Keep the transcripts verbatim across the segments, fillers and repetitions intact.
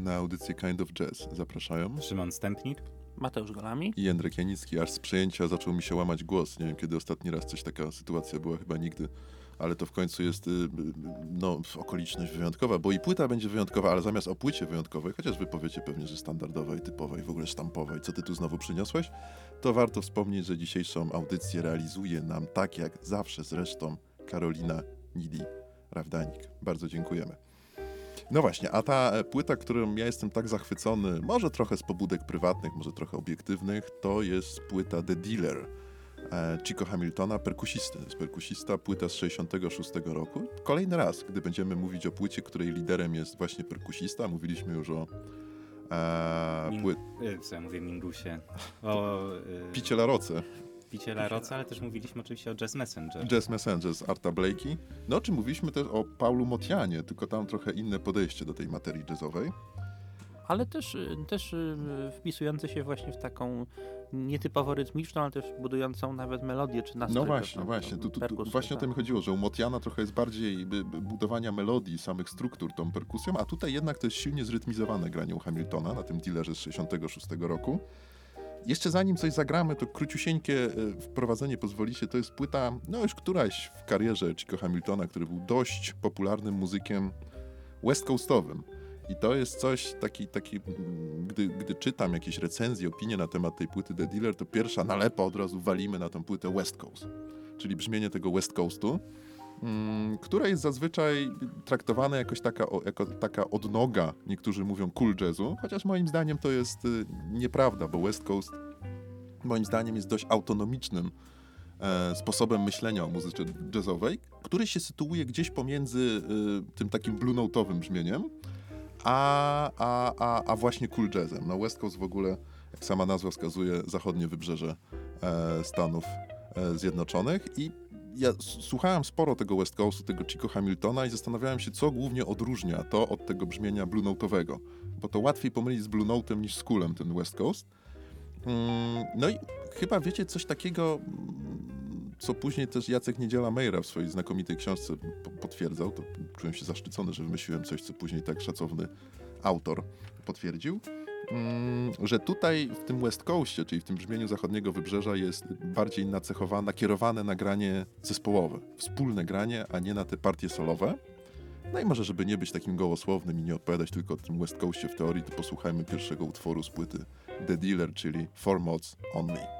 Na audycję Kind of Jazz zapraszają Szymon Stępnik, Mateusz Golami i Jędrek Janicki. Aż z przejęcia zaczął mi się łamać głos. Nie wiem, kiedy ostatni raz coś taka sytuacja była, chyba nigdy. Ale to w końcu jest no, okoliczność wyjątkowa, bo i płyta będzie wyjątkowa, ale zamiast o płycie wyjątkowej, chociaż wy powiecie pewnie, że standardowej, typowej, w ogóle sztampowej, co ty tu znowu przyniosłeś, to warto wspomnieć, że dzisiejszą audycję realizuje nam, tak jak zawsze zresztą, Karolina Nidi-Rawdanik. Bardzo dziękujemy. No właśnie, a ta płyta, którą ja jestem tak zachwycony, może trochę z pobudek prywatnych, może trochę obiektywnych, to jest płyta The Dealer Chico Hamiltona, perkusisty. To jest perkusista, płyta z sześćdziesiątego szóstego roku. Kolejny raz, gdy będziemy mówić o płycie, której liderem jest właśnie perkusista, mówiliśmy już o e, Min- pły... co ja mówię, Mingusie, o y, Picie La Roce. Picie La Roce, ale też mówiliśmy oczywiście o Jazz Messenger. Jazz Messenger z Arta Blakey. No, czy mówiliśmy też o Paulu Motianie, tylko tam trochę inne podejście do tej materii jazzowej. ale też, też wpisujący się właśnie w taką nietypowo rytmiczną, ale też budującą nawet melodię czy nastrój. No właśnie, właśnie. Tu, tu, tu, właśnie o to mi chodziło, że u Motiana trochę jest bardziej by, by budowania melodii, samych struktur tą perkusją, a tutaj jednak to jest silnie zrytmizowane granie u Hamiltona na tym dealerze z sześćdziesiątego szóstego roku. Jeszcze zanim coś zagramy, to króciusieńkie wprowadzenie pozwolicie, to jest płyta, no już któraś w karierze Chico Hamiltona, który był dość popularnym muzykiem west coastowym. I to jest coś, taki, taki gdy, gdy czytam jakieś recenzje, opinie na temat tej płyty The Dealer, to pierwsza nalepa od razu walimy na tą płytę West Coast, czyli brzmienie tego West Coastu, mm, które jest zazwyczaj traktowane jakoś taka, o, jako taka odnoga, niektórzy mówią cool jazzu, chociaż moim zdaniem to jest y, nieprawda, bo West Coast moim zdaniem jest dość autonomicznym e, sposobem myślenia o muzyce jazzowej, który się sytuuje gdzieś pomiędzy y, tym takim blue note'owym brzmieniem, A, a, a, a właśnie cool jazzem. No West Coast w ogóle, jak sama nazwa wskazuje, zachodnie wybrzeże e, Stanów e, Zjednoczonych. I ja s- słuchałem sporo tego West Coastu, tego Chico Hamiltona i zastanawiałem się, co głównie odróżnia to od tego brzmienia blue note'owego. Bo to łatwiej pomylić z blue note'em niż z coolem ten West Coast. Mm, no i chyba wiecie coś takiego, co później też Jacek Niedziela-Mejra w swojej znakomitej książce p- potwierdzał. To czułem się zaszczycony, że wymyśliłem coś, co później tak szacowny autor potwierdził, mm, że tutaj w tym West Coastie, czyli w tym brzmieniu zachodniego wybrzeża jest bardziej nacechowane, nakierowane na granie zespołowe, wspólne granie, a nie na te partie solowe. No i może, żeby nie być takim gołosłownym i nie odpowiadać tylko o tym West Coastie w teorii, to posłuchajmy pierwszego utworu z płyty The Dealer, czyli Four Mods on Me.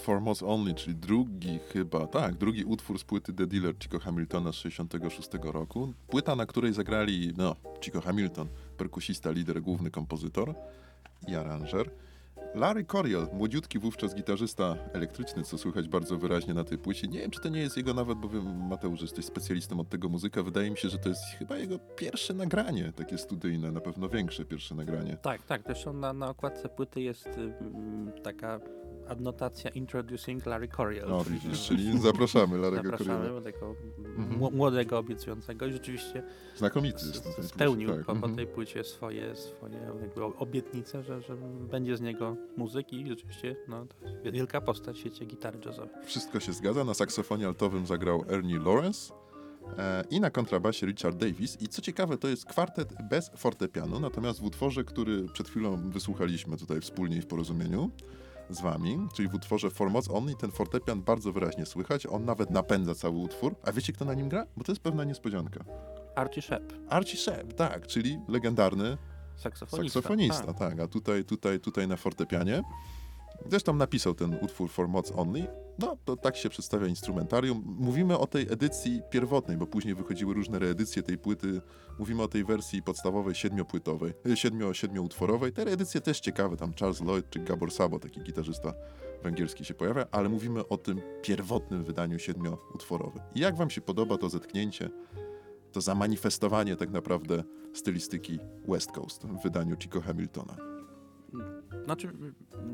For Mods Only, czyli drugi chyba, tak, drugi utwór z płyty The Dealer Chico Hamiltona z sześćdziesiątego szóstego roku. Płyta, na której zagrali, no, Chico Hamilton, perkusista, lider, główny kompozytor i aranżer. Larry Coryell, młodziutki wówczas gitarzysta elektryczny, co słychać bardzo wyraźnie na tej płycie. Nie wiem, czy to nie jest jego nawet, bo wiem, Mateusz, że jesteś specjalistą od tego muzyka. Wydaje mi się, że to jest chyba jego pierwsze nagranie, takie studyjne, na pewno większe pierwsze nagranie. Tak, tak. Zresztą na, na okładce płyty jest mm, taka adnotacja Introducing Larry Coryell. No widzisz, czyli zapraszamy Larry'ego Zapraszamy Coryella. tego Mhm. młodego, obiecującego i rzeczywiście Znakomity s- jest. na tej spełnił płycie, tak. po, po Mhm. tej płycie swoje, swoje jakby obietnice, że, że będzie z niego muzyk i rzeczywiście no, to jest wielka postać w świecie gitary jazzowej. Wszystko się zgadza. Na saksofonie altowym zagrał Ernie Lawrence e, i na kontrabasie Richard Davis. I co ciekawe, to jest kwartet bez fortepianu, natomiast w utworze, który przed chwilą wysłuchaliśmy tutaj wspólnie i w porozumieniu z wami, czyli w utworze For Mods Only, ten fortepian bardzo wyraźnie słychać. On nawet napędza cały utwór. A wiecie, kto na nim gra? Bo to jest pewna niespodzianka. Archie Shepp, Archie Shepp, tak, czyli legendarny saksofonista. saksofonista, tak. tak, a tutaj, tutaj, tutaj na fortepianie. Zresztą napisał ten utwór For Mods Only. No, to tak się przedstawia instrumentarium. Mówimy o tej edycji pierwotnej, bo później wychodziły różne reedycje tej płyty. Mówimy o tej wersji podstawowej, siedmiopłytowej, e, siedmio, siedmioutworowej. Te reedycje też ciekawe, tam Charles Lloyd czy Gabor Szabo, taki gitarzysta węgierski się pojawia, ale mówimy o tym pierwotnym wydaniu siedmioutworowym. I jak wam się podoba to zetknięcie, to zamanifestowanie tak naprawdę stylistyki West Coast w wydaniu Chico Hamiltona? Znaczy, mm,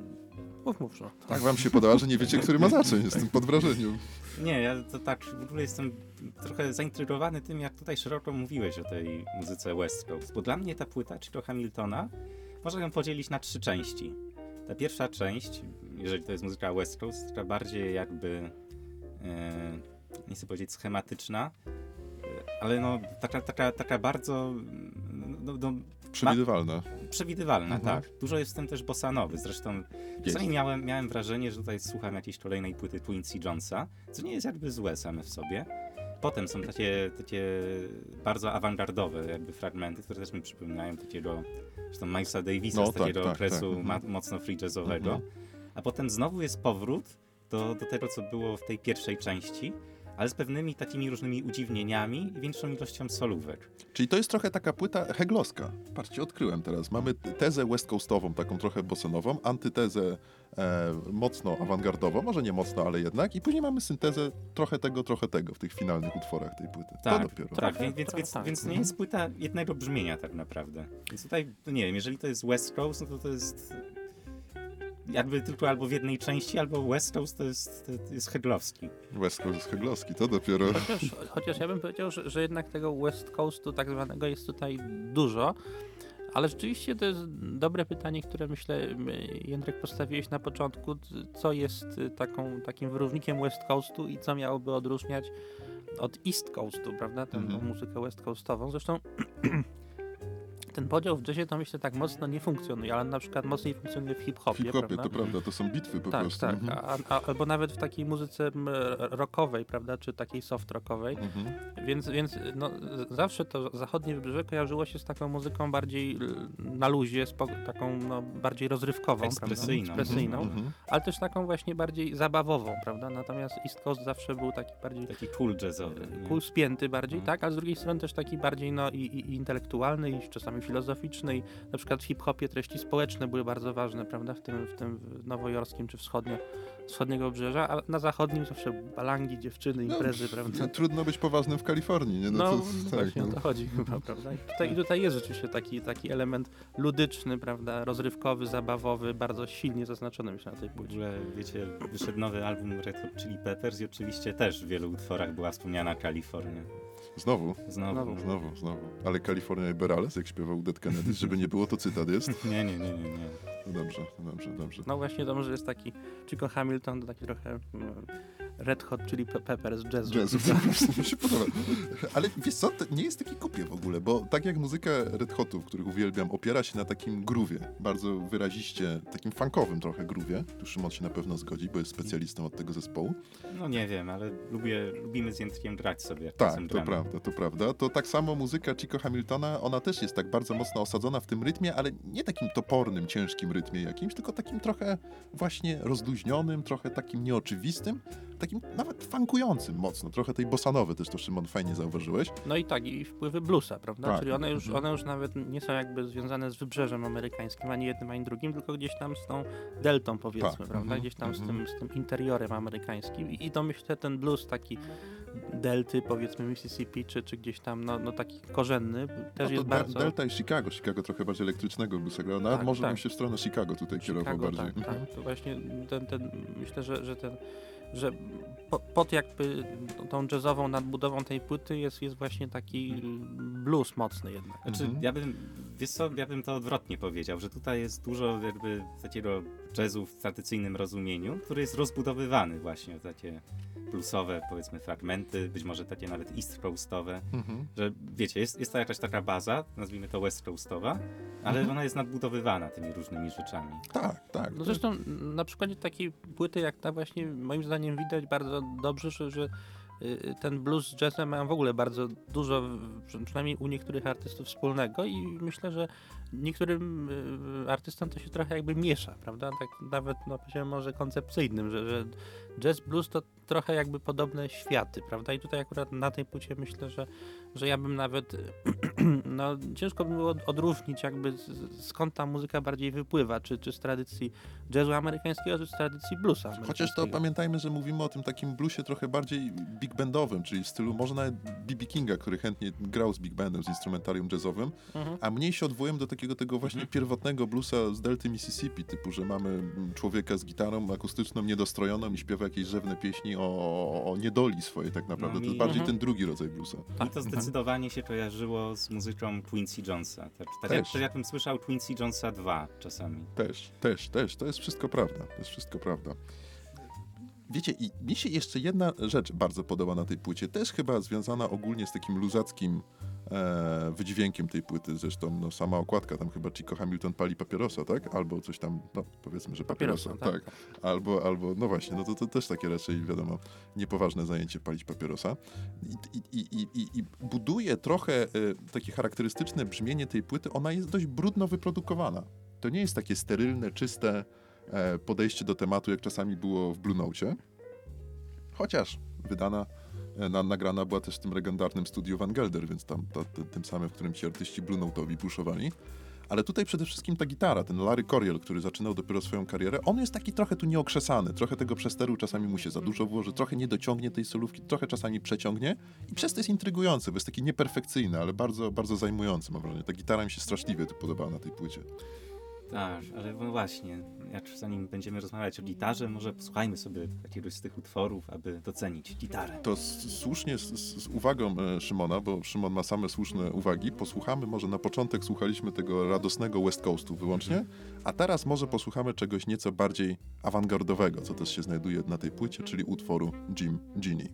mów, mów, no. Tak wam się podoba, że nie wiecie, który ma zacząć. Jestem pod wrażeniem. Nie, ja to tak w ogóle jestem trochę zaintrygowany tym, jak tutaj szeroko mówiłeś o tej muzyce West Coast, bo dla mnie ta płyta Chico Hamiltona można ją podzielić na trzy części. Ta pierwsza część, jeżeli to jest muzyka West Coast, taka bardziej jakby, e, nie chcę powiedzieć schematyczna, e, ale no taka, taka, taka bardzo no, no, Przewidywalne. przewidywalna, Mhm. tak. Dużo jest w tym też bossanowy. Zresztą czasami miałem, miałem wrażenie, że tutaj słucham jakiejś kolejnej płyty Quincy Jonesa, co nie jest jakby złe same w sobie. Potem są takie, takie bardzo awangardowe jakby fragmenty, które też mi przypominają takiego, zresztą Milesa Davisa No, z takiego tak, tak, okresu tak. ma, Mhm. mocno free jazzowego. Mhm. A potem znowu jest powrót do, do tego, co było w tej pierwszej części, ale z pewnymi takimi różnymi udziwnieniami i większą ilością solówek. Czyli to jest trochę taka płyta heglowska. Patrzcie, odkryłem teraz. Mamy tezę west coastową, taką trochę bosenową, antytezę e, mocno awangardową, może nie mocno, ale jednak. I później mamy syntezę trochę tego, trochę tego w tych finalnych utworach tej płyty. Tak, to dopiero. tak, Trochę, więc, więc, trochę więc, tak. więc nie Mhm. jest płyta jednego brzmienia tak naprawdę. Więc tutaj, no nie wiem, jeżeli to jest West Coast, no to to jest jakby tylko albo w jednej części, albo West Coast to jest, to jest heglowski. West Coast jest heglowski, to dopiero. Chociaż, chociaż ja bym powiedział, że, że jednak tego West Coastu tak zwanego jest tutaj dużo, ale rzeczywiście to jest dobre pytanie, które myślę, Jędrek, postawiłeś na początku, co jest taką, takim wyróżnikiem West Coastu i co miałoby odróżniać od East Coastu, prawda, tę Mhm. muzykę West Coastową. Zresztą ten podział w jazzie to myślę tak mocno nie funkcjonuje, ale na przykład mocniej funkcjonuje w W hip-hopie, hip-hopie prawda? to prawda, to są bitwy po Tak, prostu. tak, Mhm. a, a, albo nawet w takiej muzyce m, rockowej, prawda, czy takiej soft rockowej, Mhm. więc, więc no, z- zawsze to zachodnie wybrzeże kojarzyło się z taką muzyką bardziej l- na luzie, spoko- taką no, bardziej rozrywkową, Ekspresyjną. prawda? Ekspresyjną, Mhm. ale też taką właśnie bardziej zabawową, prawda, natomiast East Coast zawsze był taki bardziej Taki cool jazzowy. nie? cool, spięty bardziej, Mhm. tak, a z drugiej strony też taki bardziej no, i, i, i intelektualny, i czasami filozoficzny, i na przykład w hip-hopie treści społeczne były bardzo ważne, prawda, w tym, w tym nowojorskim czy wschodnio, wschodniego wybrzeża, a na zachodnim zawsze balangi, dziewczyny, No, imprezy, prawda. Trudno być poważnym w Kalifornii, nie? No, to, no tak, właśnie no. o to chodzi chyba, prawda. I tutaj, i tutaj jest rzeczywiście taki, taki element ludyczny, prawda, rozrywkowy, zabawowy, bardzo silnie zaznaczony myślę na tej W płycie. ogóle, wiecie, wyszedł nowy album Red Hot Chili Peppers i oczywiście też w wielu utworach była wspomniana Kalifornia. Znowu, Znowu. Znowu. znowu, znowu. Ale California i Berales, jak śpiewał Dead Kennedy, żeby nie było, to cytat jest. Nie, nie, nie, nie, nie. No dobrze, dobrze, dobrze. No właśnie to może jest taki Chico Hamilton, to taki trochę mm, Red Hot Chili Peppers jazzu. Jazzu, mi się podoba. Ale wiesz co, to nie jest taki kupie w ogóle, bo tak jak muzyka Red Hotów, których uwielbiam, opiera się na takim groove'ie, bardzo wyraziście, takim funkowym trochę groove'ie. Tu Szymon się na pewno zgodzi, bo jest specjalistą od tego zespołu. No nie wiem, ale lubię, lubimy z Jędrkiem grać sobie. Jak Tak, czasem to gramy. prawda, to prawda. To tak samo muzyka Chico Hamiltona, ona też jest tak bardzo mocno osadzona w tym rytmie, ale nie takim topornym, ciężkim rytmie jakimś, tylko takim trochę właśnie rozluźnionym, trochę takim nieoczywistym, takim nawet funkującym mocno, trochę tej bossanowy też to, Szymon, fajnie zauważyłeś. No i tak, i wpływy bluesa, prawda? Tak. Czyli one już, Mhm. one już nawet nie są jakby związane z wybrzeżem amerykańskim, ani jednym, ani drugim, tylko gdzieś tam z tą deltą, powiedzmy, Tak. prawda? Mhm. Gdzieś tam z, Mhm. tym, z tym interiorem amerykańskim. I, i to myślę, ten blues taki delty, powiedzmy Mississippi, czy, czy gdzieś tam, no, no taki korzenny, też No to jest De- bardzo... Delta i Chicago, Chicago trochę bardziej elektrycznego bluesa grał, nawet Tak, może tak. bym się w stronę Chicago tutaj kierował Chicago, bardziej. tak, tak. To właśnie ten, ten, myślę, że, że ten, że po, pod jakby tą jazzową nadbudową tej płyty jest, jest właśnie taki blues mocny jednak. Znaczy, Mhm. ja bym, wiesz co, ja bym to odwrotnie powiedział, że tutaj jest dużo jakby takiego jazzu w tradycyjnym rozumieniu, który jest rozbudowywany właśnie o takie bluesowe, powiedzmy, fragmenty, być może takie nawet east coastowe, Mhm. że wiecie, jest, jest to jakaś taka baza, nazwijmy to west coastowa, ale Mhm. ona jest nadbudowywana tymi różnymi rzeczami. Tak, tak. No zresztą na przykładzie takiej płyty jak ta właśnie, moim zdaniem widać bardzo dobrze, że, że y, ten blues z jazzem mają w ogóle bardzo dużo, w- przynajmniej u niektórych artystów wspólnego i myślę, że niektórym y, artystom to się trochę jakby miesza, prawda? Tak nawet na poziomie może koncepcyjnym, że, że jazz, blues to trochę jakby podobne światy, prawda? I tutaj akurat na tej płycie myślę, że, że ja bym nawet, no ciężko by było odróżnić jakby z- skąd ta muzyka bardziej wypływa, czy, czy z tradycji jazzu amerykańskiego, czy z tradycji bluesa Chociaż to amerykańskiego. pamiętajmy, że mówimy o tym takim bluesie trochę bardziej big bandowym, czyli w stylu może nawet B B Kinga, który chętnie grał z big bandem, z instrumentarium jazzowym, Mhm. a mniej się odwołujemy do takiego tego właśnie Mhm. pierwotnego bluesa z delty Mississippi, typu, że mamy mm, człowieka z gitarą akustyczną, niedostrojoną i śpiewa jakieś rzewne pieśni o, o, o niedoli swojej tak naprawdę. No To jest mi- bardziej Mhm. ten drugi rodzaj bluesa. Mi to zdecydowanie się kojarzyło z muzyką Quincy Jonesa. Tak, tak, jak, Też. tak jakbym słyszał Quincy Jonesa dwa czasami. Też, też, też. To jest wszystko prawda. To jest wszystko prawda. Wiecie, i mi się jeszcze jedna rzecz bardzo podoba na tej płycie, też chyba związana ogólnie z takim luzackim e, wydźwiękiem tej płyty. Zresztą no, sama okładka, tam chyba Chico Hamilton pali papierosa, tak? Albo coś tam, no powiedzmy, że papierosa. Papierosa, tak. tak. Albo, albo, no właśnie, no to, to też takie raczej, wiadomo, niepoważne zajęcie palić papierosa. I, i, i, i, i buduje trochę e, takie charakterystyczne brzmienie tej płyty. Ona jest dość brudno wyprodukowana. To nie jest takie sterylne, czyste e, podejście do tematu, jak czasami było w Blue Note. Chociaż wydana, e, na, nagrana była też w tym legendarnym studiu Van Gelder, więc tam to, to, tym samym, w którym ci artyści Blue Note'owi puszowali. Ale tutaj przede wszystkim ta gitara, ten Larry Coryell, który zaczynał dopiero swoją karierę, on jest taki trochę tu nieokrzesany, trochę tego przesteru czasami mu się za dużo włoży, trochę nie dociągnie tej solówki, trochę czasami przeciągnie i przez to jest intrygujący, bo jest taki nieperfekcyjny, ale bardzo, bardzo zajmujący, mam wrażenie. Ta gitara mi się straszliwie tu podobała na tej płycie. Tak, ale no właśnie, jak zanim będziemy rozmawiać o gitarze, może posłuchajmy sobie jakiegoś z tych utworów, aby docenić gitarę. To s- słusznie z, z, z uwagą e, Szymona, bo Szymon ma same słuszne uwagi, posłuchamy, może na początek słuchaliśmy tego radosnego West Coastu wyłącznie, a teraz może posłuchamy czegoś nieco bardziej awangardowego, co też się znajduje na tej płycie, czyli utworu Jim Genie.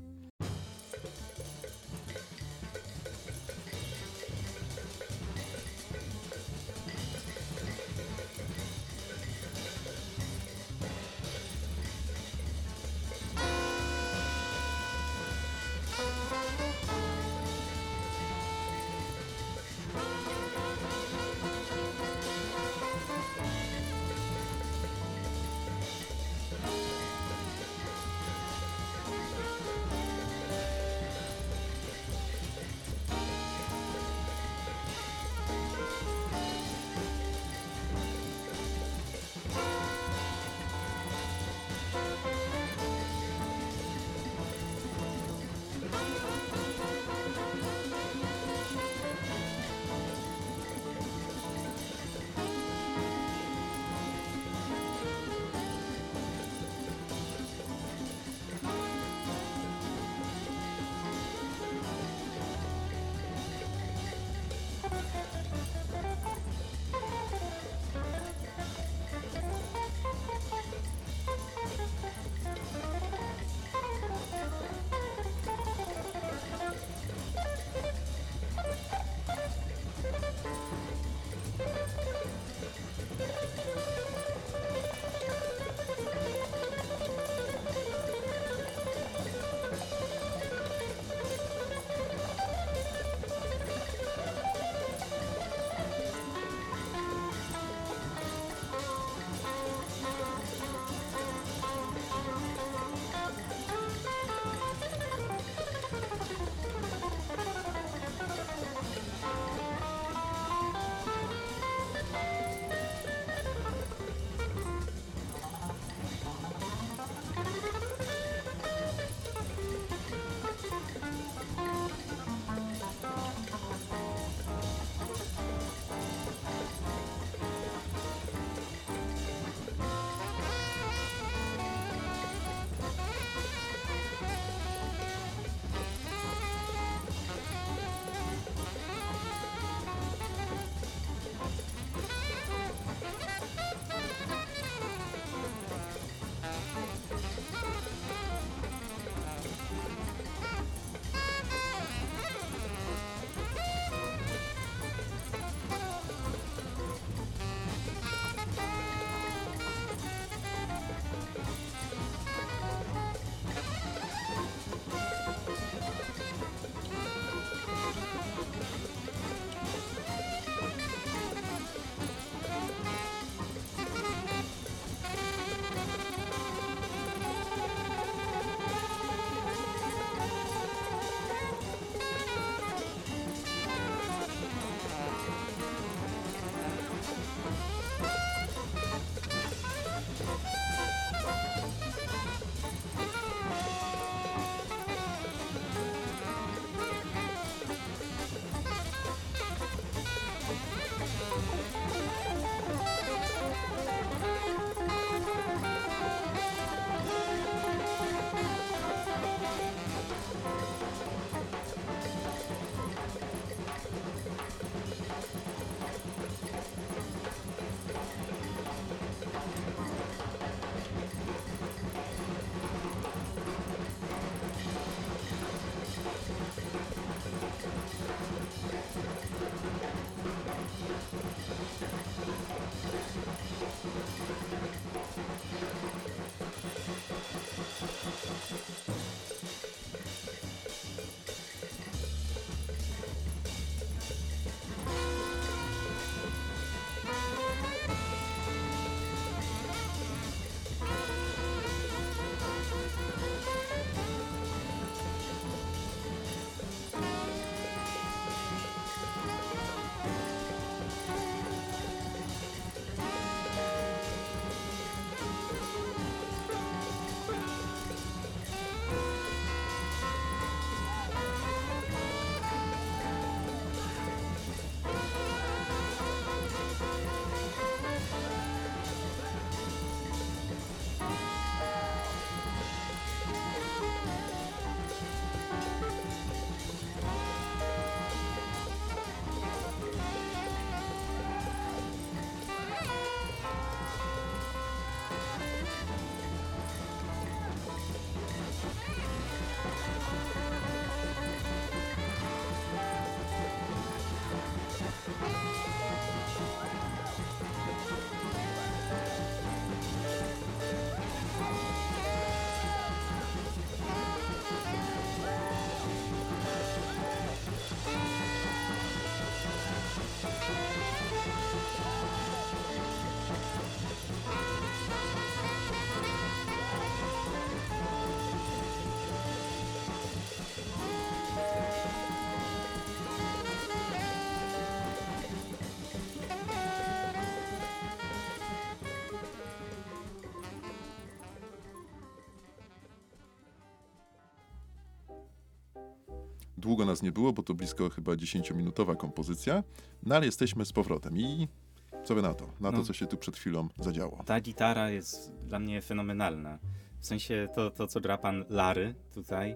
Długo nas nie było, bo to blisko chyba dziesięciominutowa kompozycja, no ale jesteśmy z powrotem i co wy na to? Na to, No. co się tu przed chwilą zadziało. Ta gitara jest dla mnie fenomenalna. W sensie to, to co gra pan Larry tutaj,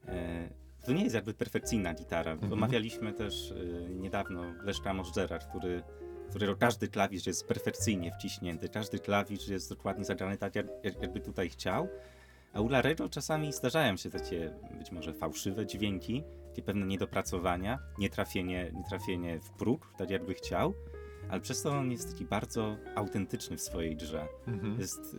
e, to nie jest jakby perfekcyjna gitara. Mhm. Omawialiśmy też e, niedawno Leszka Możdżera, który, którego każdy klawisz jest perfekcyjnie wciśnięty, każdy klawisz jest dokładnie zagrany tak, jak, jakby tutaj chciał. A u Larry'ego czasami zdarzają się takie być może fałszywe dźwięki, takie pewne niedopracowania, nietrafienie, nietrafienie w próg, tak jakby chciał, ale przez to on jest taki bardzo autentyczny w swojej grze. Mhm. Jest,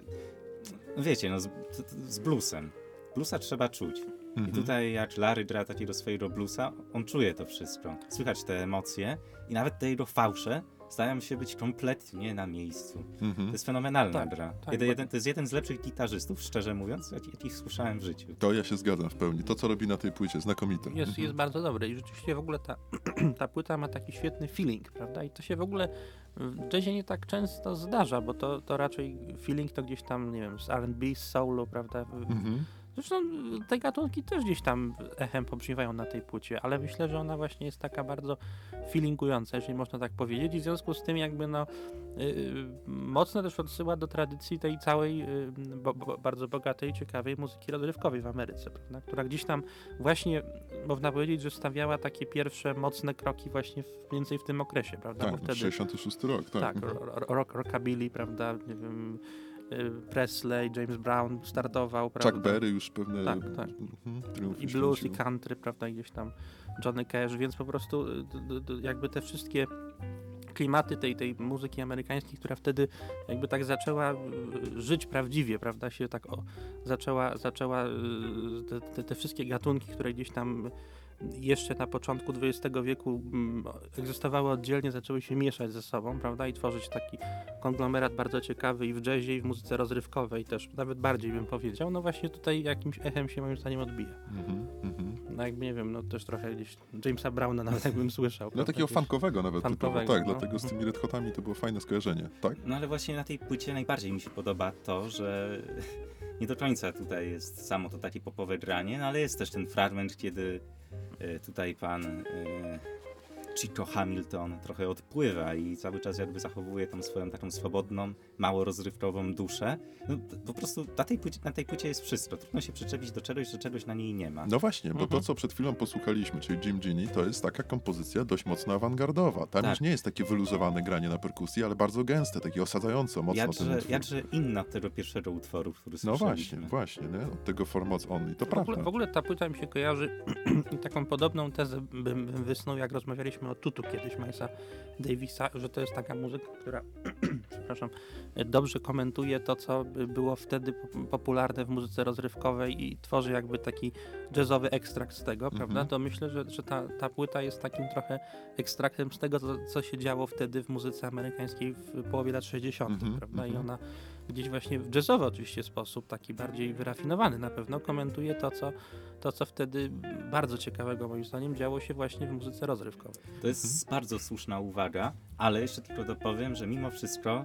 no wiecie, no z, z bluesem. Bluesa trzeba czuć. Mhm. I tutaj jak Larry gra takiego swojego bluesa, on czuje to wszystko. Słychać te emocje i nawet te jego fałsze stają się być kompletnie na miejscu. Mhm. To jest fenomenalna Tak, gra. tak, jeden, bo- jeden, to jest jeden z lepszych gitarzystów, szczerze mówiąc, jak- jakich słyszałem w życiu. To ja się zgadzam w pełni. To, co robi na tej płycie, znakomite. Jest, Mhm. jest bardzo dobre i rzeczywiście w ogóle ta, ta płyta ma taki świetny feeling, prawda? I to się w ogóle w jazzie nie tak często zdarza, bo to, to raczej feeling to gdzieś tam, nie wiem, z R and B, z soulu, prawda? Mhm. Zresztą te gatunki też gdzieś tam echem pobrzmiewają na tej płycie, ale myślę, że ona właśnie jest taka bardzo feelingująca, jeżeli można tak powiedzieć, i w związku z tym jakby no yy, mocno też odsyła do tradycji tej całej yy, bo, bo, bardzo bogatej, ciekawej muzyki rozrywkowej w Ameryce, prawda? Która gdzieś tam właśnie, można powiedzieć, że stawiała takie pierwsze mocne kroki właśnie w, mniej więcej w tym okresie, prawda? Tak, Bo no, wtedy, sześćdziesiąty szósty rok, tak. tak, Mhm. ro- rock, rockabilly, prawda, nie wiem, y, Presley, James Brown startował, prawda? Chuck Berry już pewne Tak, tak. Mhm, triumfy I blues, i święcił. country, prawda, gdzieś tam Johnny Cash, więc po prostu y, d, d, jakby te wszystkie klimaty tej, tej muzyki amerykańskiej, która wtedy jakby tak zaczęła y, żyć prawdziwie, prawda, się tak o, zaczęła, zaczęła y, te, te, te wszystkie gatunki, które gdzieś tam jeszcze na początku dwudziestego wieku mm, egzystowały oddzielnie, zaczęły się mieszać ze sobą, prawda, i tworzyć taki konglomerat bardzo ciekawy i w jazzie, i w muzyce rozrywkowej też, nawet bardziej bym powiedział, no właśnie tutaj jakimś echem się moim zdaniem odbija. Mhm, mhm. No jakby nie wiem, no też trochę gdzieś Jamesa Browna nawet jakbym słyszał. No prawda, takiego gdzieś. funkowego nawet Funkowego, typowo, tak, no. dlatego z tymi Red Hotami to było fajne skojarzenie, tak? No ale właśnie na tej płycie najbardziej mi się podoba to, że nie do końca tutaj jest samo to takie popowe granie, no ale jest też ten fragment, kiedy e, tutaj pan e, Chico Hamilton trochę odpływa i cały czas jakby zachowuje tą swoją taką swobodną, mało rozrywkową duszę. No, t- po prostu na tej, płycie, na tej płycie jest wszystko. Trudno się przyczepić do czegoś, że czegoś na niej nie ma. No właśnie, bo to, Mhm. co przed chwilą posłuchaliśmy, czyli Jim Genie, to jest taka kompozycja dość mocno awangardowa. Tam Tak. już nie jest takie wyluzowane granie na perkusji, ale bardzo gęste, takie osadzająco mocno ten Jakże, utwór. jakże inna od tego pierwszego utworu, który No słyszeliśmy. właśnie, właśnie, nie? Od tego For Mods Only, to W ogóle, prawda. w ogóle ta płyta mi się kojarzy i taką podobną tezę bym, bym wysnuł, jak rozmawialiśmy o Tutu kiedyś, Milesa Davisa, że to jest taka muzyka, która przepraszam, dobrze komentuje to, co było wtedy pop- popularne w muzyce rozrywkowej i tworzy jakby taki jazzowy ekstrakt z tego, Mhm. prawda? To myślę, że, że ta, ta płyta jest takim trochę ekstraktem z tego, co, co się działo wtedy w muzyce amerykańskiej w połowie lat sześćdziesiątych, Mhm, prawda? I mhm. ona gdzieś właśnie w jazzowy oczywiście sposób, taki bardziej wyrafinowany na pewno, komentuje to, co, to, co wtedy bardzo ciekawego moim zdaniem działo się właśnie w muzyce rozrywkowej. To jest bardzo słuszna uwaga, ale jeszcze tylko dopowiem, że mimo wszystko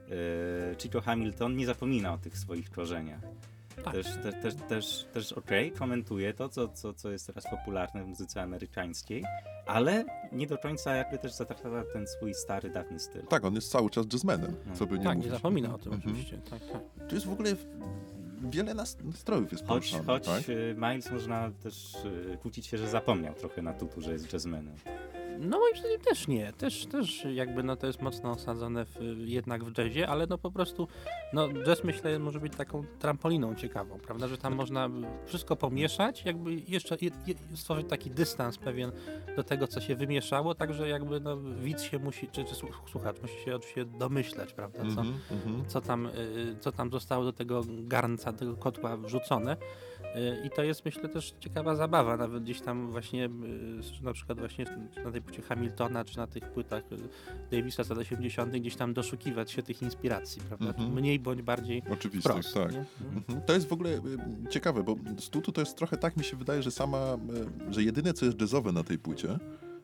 e, Chico Hamilton nie zapomina o tych swoich korzeniach. Tak. Też, te, też, też, też okej, komentuje to, co, co, co jest teraz popularne w muzyce amerykańskiej, ale nie do końca jakby też zatraktowała ten swój stary, dawny styl. Tak, on jest cały czas jazzmenem, No. co by nie tak, mówić. nie zapomina o tym Mhm. oczywiście. Tak, tak. To jest w ogóle wiele nas- nastrojów jest Choć, poruszane, choć tak? e, Miles można też e, kłócić się, że zapomniał trochę na Tutu, że jest jazzmenem. No moim zdaniem też nie, też, też jakby no to jest mocno osadzone w, jednak w jazzie, ale no po prostu no jazz myślę może być taką trampoliną ciekawą, prawda, że tam można wszystko pomieszać, jakby jeszcze je, je, stworzyć taki dystans pewien do tego, co się wymieszało, także jakby no widz się musi, czy, czy słuchacz musi się oczywiście domyśleć, prawda, co, Mhm, mhm. co tam, y, co tam zostało do tego garnca, tego kotła wrzucone. Y, I to jest myślę też ciekawa zabawa, nawet gdzieś tam właśnie, y, na przykład właśnie na tej płycie Hamiltona, czy na tych płytach y, Davisa z lat osiemdziesiątych gdzieś tam doszukiwać się tych inspiracji, prawda? Mhm. Mniej bądź bardziej Oczywiste, wprost. tak. Nie? Mhm. Mhm. To jest w ogóle y, ciekawe, bo z Tutu to jest trochę tak, mi się wydaje, że sama, y, że jedyne co jest jazzowe na tej płycie,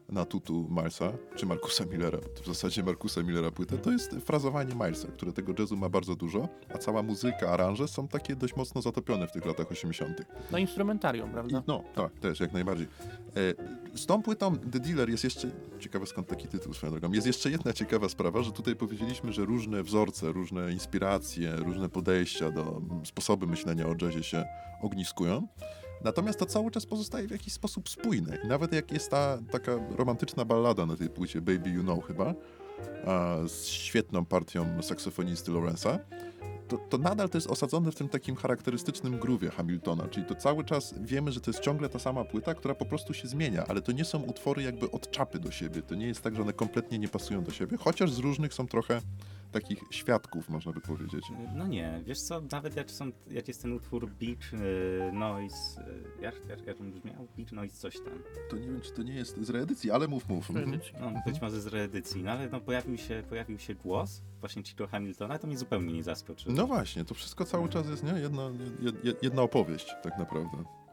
na tutu Milesa, czy Marcusa Millera, w zasadzie Marcusa Millera płytę, to jest frazowanie Milesa, które tego jazzu ma bardzo dużo, a cała muzyka, aranże są takie dość mocno zatopione w tych latach osiemdziesiątych. No instrumentarium, prawda? I, no, tak, też, jak najbardziej. E, z tą płytą The Dealer jest jeszcze, ciekawe skąd taki tytuł swoją drogą, jest jeszcze jedna ciekawa sprawa, że tutaj powiedzieliśmy, że różne wzorce, różne inspiracje, różne podejścia do sposoby myślenia o jazzie się ogniskują. Natomiast to cały czas pozostaje w jakiś sposób spójne. I nawet jak jest ta taka romantyczna ballada na tej płycie, Baby You Know chyba, a, z świetną partią saksofonisty Lawrence'a, to, to nadal to jest osadzone w tym takim charakterystycznym groove'ie Hamiltona, czyli to cały czas wiemy, że to jest ciągle ta sama płyta, która po prostu się zmienia, ale to nie są utwory jakby od czapy do siebie, to nie jest tak, że one kompletnie nie pasują do siebie, chociaż z różnych są trochę takich świadków, można by powiedzieć. No nie, wiesz co, nawet jak, są, jak jest ten utwór Beach y, Noise, y, jak, jak, jak on brzmiał? Beach Noise coś tam. To nie wiem, czy to nie jest z reedycji, ale mów, mów. No, być może z reedycji, no ale no, pojawił, się, pojawił się głos właśnie Chico Hamiltona, to mnie zupełnie nie zaskoczyło. No właśnie, to wszystko cały czas jest, nie? Jedna, jed, jedna opowieść tak naprawdę.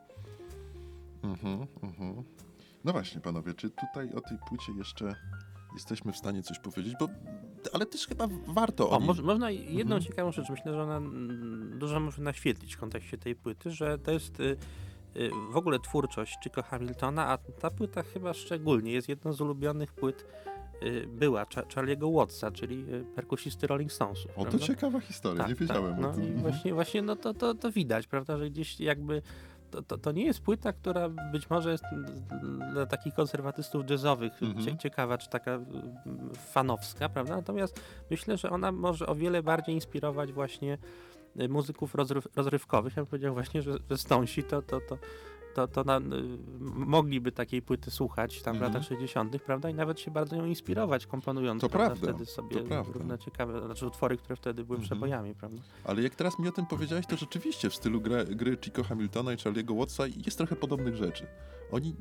Mhm, mhm. No właśnie, panowie, czy tutaj o tej płycie jeszcze jesteśmy w stanie coś powiedzieć? Bo, ale też chyba warto o, o niej. może, Można jedną Mhm. ciekawą rzecz, myślę, że ona mm, dużo może naświetlić w kontekście tej płyty, że to jest y, y, w ogóle twórczość Chico Hamiltona, a ta płyta chyba szczególnie jest jedną z ulubionych płyt y, była Ch- Charlie'ego Wattsa, czyli y, perkusisty Rolling Stonesów. O, to prawda? ciekawa historia, Tak, nie wiedziałem tak, o no tym. i Mhm. właśnie, właśnie no to, to, to widać, prawda, że gdzieś jakby to, to, to nie jest płyta, która być może jest dla takich konserwatystów jazzowych Mhm. cie, ciekawa, czy taka mm, fanowska, prawda, natomiast myślę, że ona może o wiele bardziej inspirować właśnie y, muzyków rozryw, rozrywkowych. Ja bym powiedział właśnie, że, że Stonesi to, to, to to, to na, y, mogliby takiej płyty słuchać tam w Mhm. latach sześćdziesiątych, prawda, i nawet się bardzo nią inspirować, komponując To prawda, prawda, wtedy sobie to prawda. różne ciekawe, znaczy utwory, które wtedy były Mhm. przebojami, prawda. Ale jak teraz mi o tym powiedziałeś, to rzeczywiście w stylu gry, gry Chico Hamiltona i Charlie'ego Wattsa jest trochę podobnych rzeczy. Oni...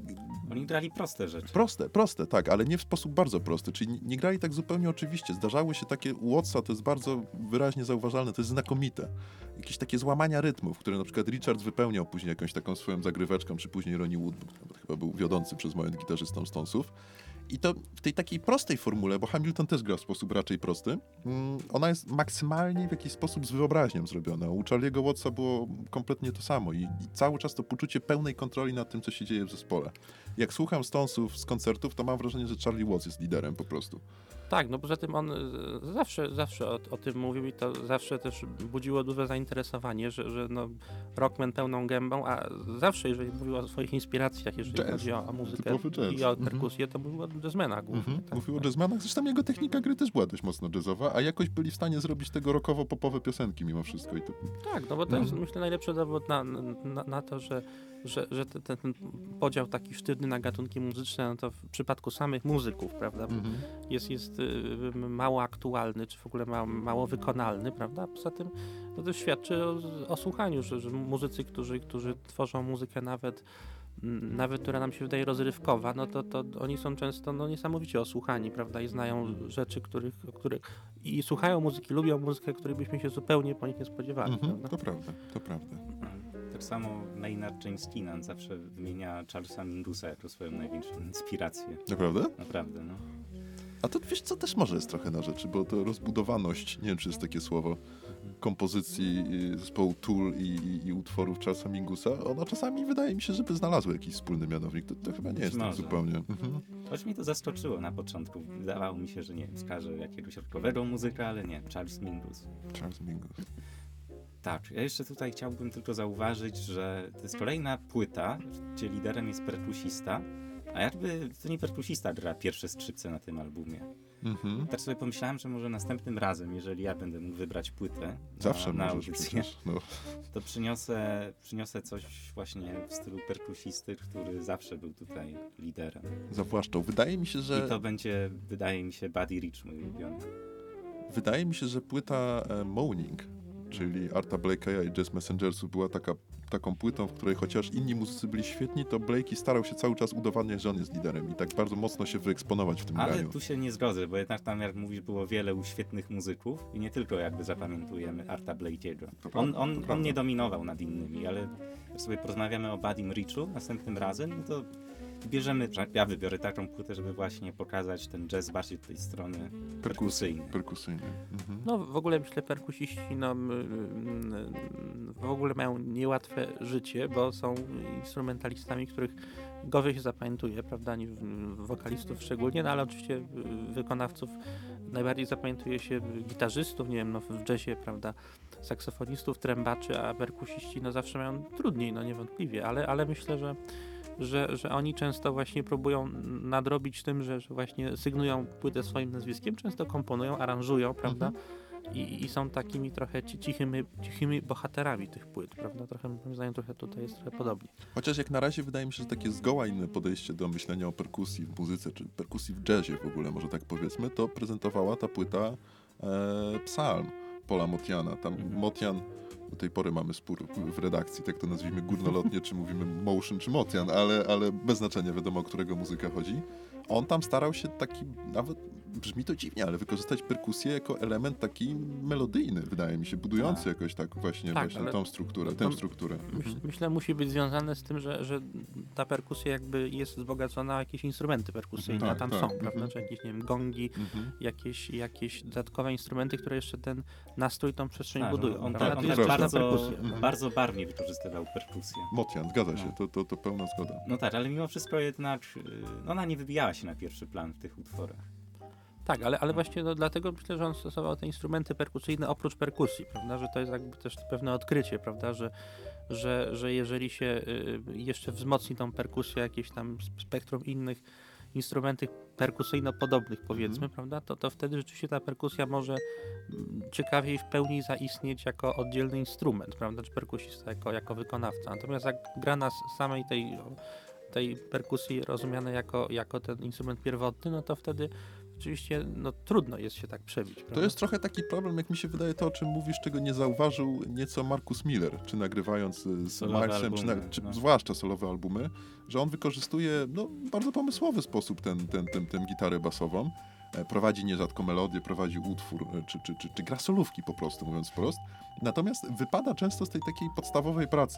Oni grali proste rzeczy. Proste, proste, tak, ale nie w sposób bardzo prosty, czyli nie, nie grali tak zupełnie oczywiście. Zdarzały się takie u Wattsa, to jest bardzo wyraźnie zauważalne, to jest znakomite. Jakieś takie złamania rytmów, które na przykład Richards wypełniał później jakąś taką swoją zagryweczką, czy później Ronnie Wood, bo chyba był wiodący przez moment gitarzystą Stonesów. I to w tej takiej prostej formule, bo Hamilton też gra w sposób raczej prosty, mm, ona jest maksymalnie w jakiś sposób z wyobraźnią zrobiona. U Charlie'ego Wattsa było kompletnie to samo i, i cały czas to poczucie pełnej kontroli nad tym, co się dzieje w zespole. Jak słucham Stonesów z koncertów, to mam wrażenie, że Charlie Watts jest liderem po prostu. Tak, no poza tym on y, zawsze, zawsze o, o tym mówił i to zawsze też budziło duże zainteresowanie, że, że no, rockman pełną gębą, a zawsze jeżeli mówił o swoich inspiracjach, jeżeli Jazz, chodzi o, o muzykę typowy jazz. i o Mhm. perkusję, to mówił o jazzmenach głównie. Mhm. Tak, Mówił o tak. jazzmanach, zresztą jego technika gry też była dość mocno jazzowa, a jakoś byli w stanie zrobić tego rockowo-popowe piosenki mimo wszystko. I to... Tak, no bo to jest Mhm. myślę najlepszy dowód na, na, na to, że, że, że ten, ten podział taki sztywny na gatunki muzyczne, no to w przypadku samych muzyków, prawda, Mhm. jest, jest y, mało aktualny, czy w ogóle ma, mało wykonalny, prawda? Poza tym no to świadczy o, o słuchaniu, że, że muzycy, którzy, którzy tworzą muzykę nawet, m, nawet która nam się wydaje rozrywkowa, no to, to oni są często no, niesamowicie osłuchani, prawda? I znają rzeczy, których, o których i słuchają muzyki, lubią muzykę, której byśmy się zupełnie po nich nie spodziewali, Mhm. prawda? To prawda, to prawda. Tak samo Maynard James Keenan zawsze wymienia Charlesa Mingus'a jako swoją największą inspirację. Naprawdę? Naprawdę, no. A to wiesz co, też może jest trochę na rzeczy, bo to rozbudowaność, nie wiem czy jest takie słowo, kompozycji y, zespołu Tool i, i, i utworów Charlesa Mingusa, ona czasami wydaje mi się, żeby znalazły jakiś wspólny mianownik. To, to chyba nie jest tak Może. zupełnie. Mhm. Choć mnie to zaskoczyło na początku. Wydawało mi się, że nie wiem, skaże jakiegoś rockowego muzyka, ale nie, Charles Mingus. Charles Mingus. Tak, ja jeszcze tutaj chciałbym tylko zauważyć, że to jest kolejna płyta, gdzie liderem jest perkusista, a jakby to nie perkusista gra pierwsze skrzypce na tym albumie. Mhm. Tak sobie pomyślałem, że może następnym razem, jeżeli ja będę mógł wybrać płytę Zawsze na, na możesz audycję, przecież. No. to przyniosę, przyniosę coś właśnie w stylu perkusisty, który zawsze był tutaj liderem. Zawłaszczał. Wydaje mi się, że I to będzie, wydaje mi się, Buddy Rich, mój ulubiony. wydaje mi się, że płyta e, Moaning, czyli Arta Blakey'a i Jazz Messengersów była taka, taką płytą, w której chociaż inni muzycy byli świetni, to Blakey starał się cały czas udowadniać, że on jest liderem i tak bardzo mocno się wyeksponować w tym Ale graniu. tu się nie zgodzę, bo jednak tam, jak mówisz, było wielu świetnych muzyków i nie tylko jakby zapamiętujemy Arta Blakey'ego. On, on, on nie dominował nad innymi, ale jak sobie porozmawiamy o Buddym Richu następnym razem, no to bierzemy, ja wybiorę taką płytę, żeby właśnie pokazać ten jazz bardziej tej strony perkusyjnej. Perkusyjny. Mhm. No w ogóle myślę, perkusiści no, m, m, w ogóle mają niełatwe życie, bo są instrumentalistami, których gorzej się zapamiętuje, prawda, niż wokalistów szczególnie, no ale oczywiście wykonawców najbardziej zapamiętuje się gitarzystów, nie wiem, no w jazzie, prawda, saksofonistów, trębaczy, a perkusiści no zawsze mają trudniej, no niewątpliwie, ale, ale myślę, że Że, że oni często właśnie próbują nadrobić tym, że, że właśnie sygnują płytę swoim nazwiskiem, często komponują, aranżują, prawda? Mhm. I, I są takimi trochę ci, cichymi, cichymi bohaterami tych płyt, prawda? Trochę, moim zdaniem, trochę tutaj jest trochę podobnie. Chociaż jak na razie wydaje mi się, że takie zgoła inne podejście do myślenia o perkusji w muzyce, czy perkusji w jazzie w ogóle, może tak powiedzmy, to prezentowała ta płyta e, Psalm Paula Motiana. Tam Mhm. Motian, do tej pory mamy spór w redakcji, tak to nazwijmy górnolotnie, czy mówimy Motion, czy Motian, ale, ale bez znaczenia wiadomo, o którego muzyka chodzi. On tam starał się taki, nawet brzmi to dziwnie, ale wykorzystać perkusję jako element taki melodyjny, wydaje mi się, budujący Tak. jakoś tak właśnie, Tak, właśnie ale tą strukturę, to- tę strukturę. Myśl, myślę, musi być związane z tym, że, że ta perkusja jakby jest wzbogacona o jakieś instrumenty perkusyjne, Tak, a tam tak, są, mhm. prawda? Czy jakieś, nie wiem, gongi, Mhm. jakieś, jakieś dodatkowe instrumenty, które jeszcze ten nastrój, tą przestrzeń Tak, budują. on, prawda? tak, To on jest tak proste. bardzo, bardzo, perkusja. Mhm. bardzo barwnie wykorzystywał perkusję. Motian, zgadza się, No. to, to, to pełna zgoda. No tak, ale mimo wszystko jednak y, ona nie wybijała się na pierwszy plan w tych utworach. Tak, ale, ale właśnie no, dlatego myślę, że on stosował te instrumenty perkusyjne oprócz perkusji, prawda, że to jest jakby też pewne odkrycie, prawda, że, że, że jeżeli się y, jeszcze wzmocni tą perkusję, jakieś tam spektrum innych instrumentów perkusyjno-podobnych powiedzmy, prawda, to, to wtedy rzeczywiście ta perkusja może mm, ciekawiej w pełni zaistnieć jako oddzielny instrument, prawda, czy perkusista jako, jako wykonawca. Natomiast jak gra na s- samej tej, tej perkusji rozumianej jako, jako ten instrument pierwotny, no to wtedy rzeczywiście no, trudno jest się tak przebić. To prawda? jest trochę taki problem, jak mi się wydaje, to o czym mówisz, czego nie zauważył nieco Marcus Miller, czy nagrywając y, z Solowe Milesem, czy, na, albumy, czy no. zwłaszcza solowe albumy, że on wykorzystuje no, w bardzo pomysłowy sposób ten, ten, ten, ten gitarę basową. E, Prowadzi nierzadko melodię, prowadzi utwór, e, czy, czy, czy, czy gra solówki po prostu, mówiąc wprost. Natomiast wypada często z tej takiej podstawowej pracy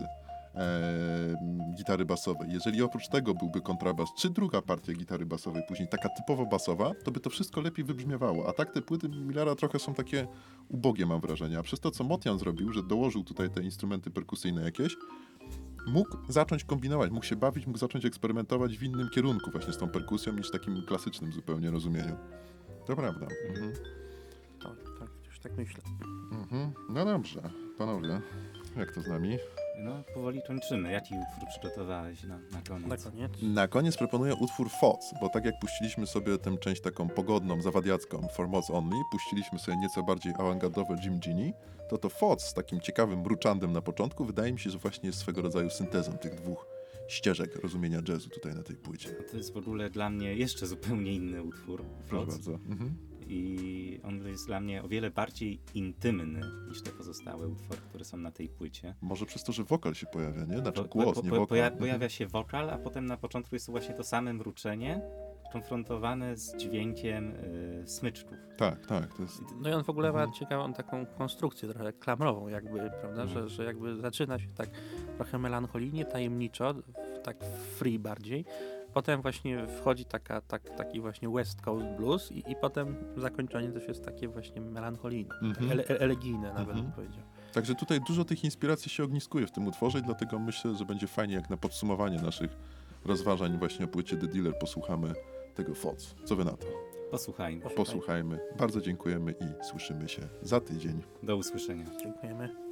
e, gitary basowej. Jeżeli oprócz tego byłby kontrabas, czy druga partia gitary basowej, później taka typowo basowa, to by to wszystko lepiej wybrzmiewało. A tak te płyty Millera trochę są takie ubogie, mam wrażenie. A przez to, co Motian zrobił, że dołożył tutaj te instrumenty perkusyjne jakieś, mógł zacząć kombinować, mógł się bawić, mógł zacząć eksperymentować w innym kierunku właśnie z tą perkusją niż takim klasycznym zupełnie rozumieniu. To prawda. Mhm. Tak, tak, już tak myślę. Mhm. No dobrze, panowie, jak to z nami? No, powoli kończymy. Jaki utwór przygotowałeś na, na koniec? Na koniec. Na koniec proponuję utwór Foc, bo tak jak puściliśmy sobie tę część taką pogodną, zawadiacką, For Mods Only, puściliśmy sobie nieco bardziej awangardowe Jim Genie, to to Foc z takim ciekawym mruczandem na początku wydaje mi się, że właśnie jest swego rodzaju syntezą tych dwóch ścieżek rozumienia jazzu tutaj na tej płycie. To jest w ogóle dla mnie jeszcze zupełnie inny utwór. Proszę Foc. bardzo. Mhm. I on jest dla mnie o wiele bardziej intymny niż te pozostałe utwory, które są na tej płycie. Może przez to, że wokal się pojawia, nie? Znaczy Po- głos, po- nie po- wokal. poja- Mhm. pojawia się wokal, a potem na początku jest to właśnie to same mruczenie konfrontowane z dźwiękiem y, smyczków. Tak, tak. To jest... No i on w ogóle ma Mhm. ciekawą taką konstrukcję trochę klamrową jakby, prawda, Mhm. że, że jakby zaczyna się tak trochę melancholijnie, tajemniczo, w- tak free bardziej. Potem właśnie wchodzi taka, tak, taki właśnie West Coast Blues i, i potem zakończenie też jest takie właśnie melancholijne, Mhm. tak ele, e- elegijne nawet Mhm. bym powiedział. Także tutaj dużo tych inspiracji się ogniskuje w tym utworze i dlatego myślę, że będzie fajnie, jak na podsumowanie naszych rozważań właśnie o płycie The Dealer posłuchamy tego Foc. Co wy na to? Posłuchajmy. Posłuchajmy. Bardzo dziękujemy i słyszymy się za tydzień. Do usłyszenia. Dziękujemy.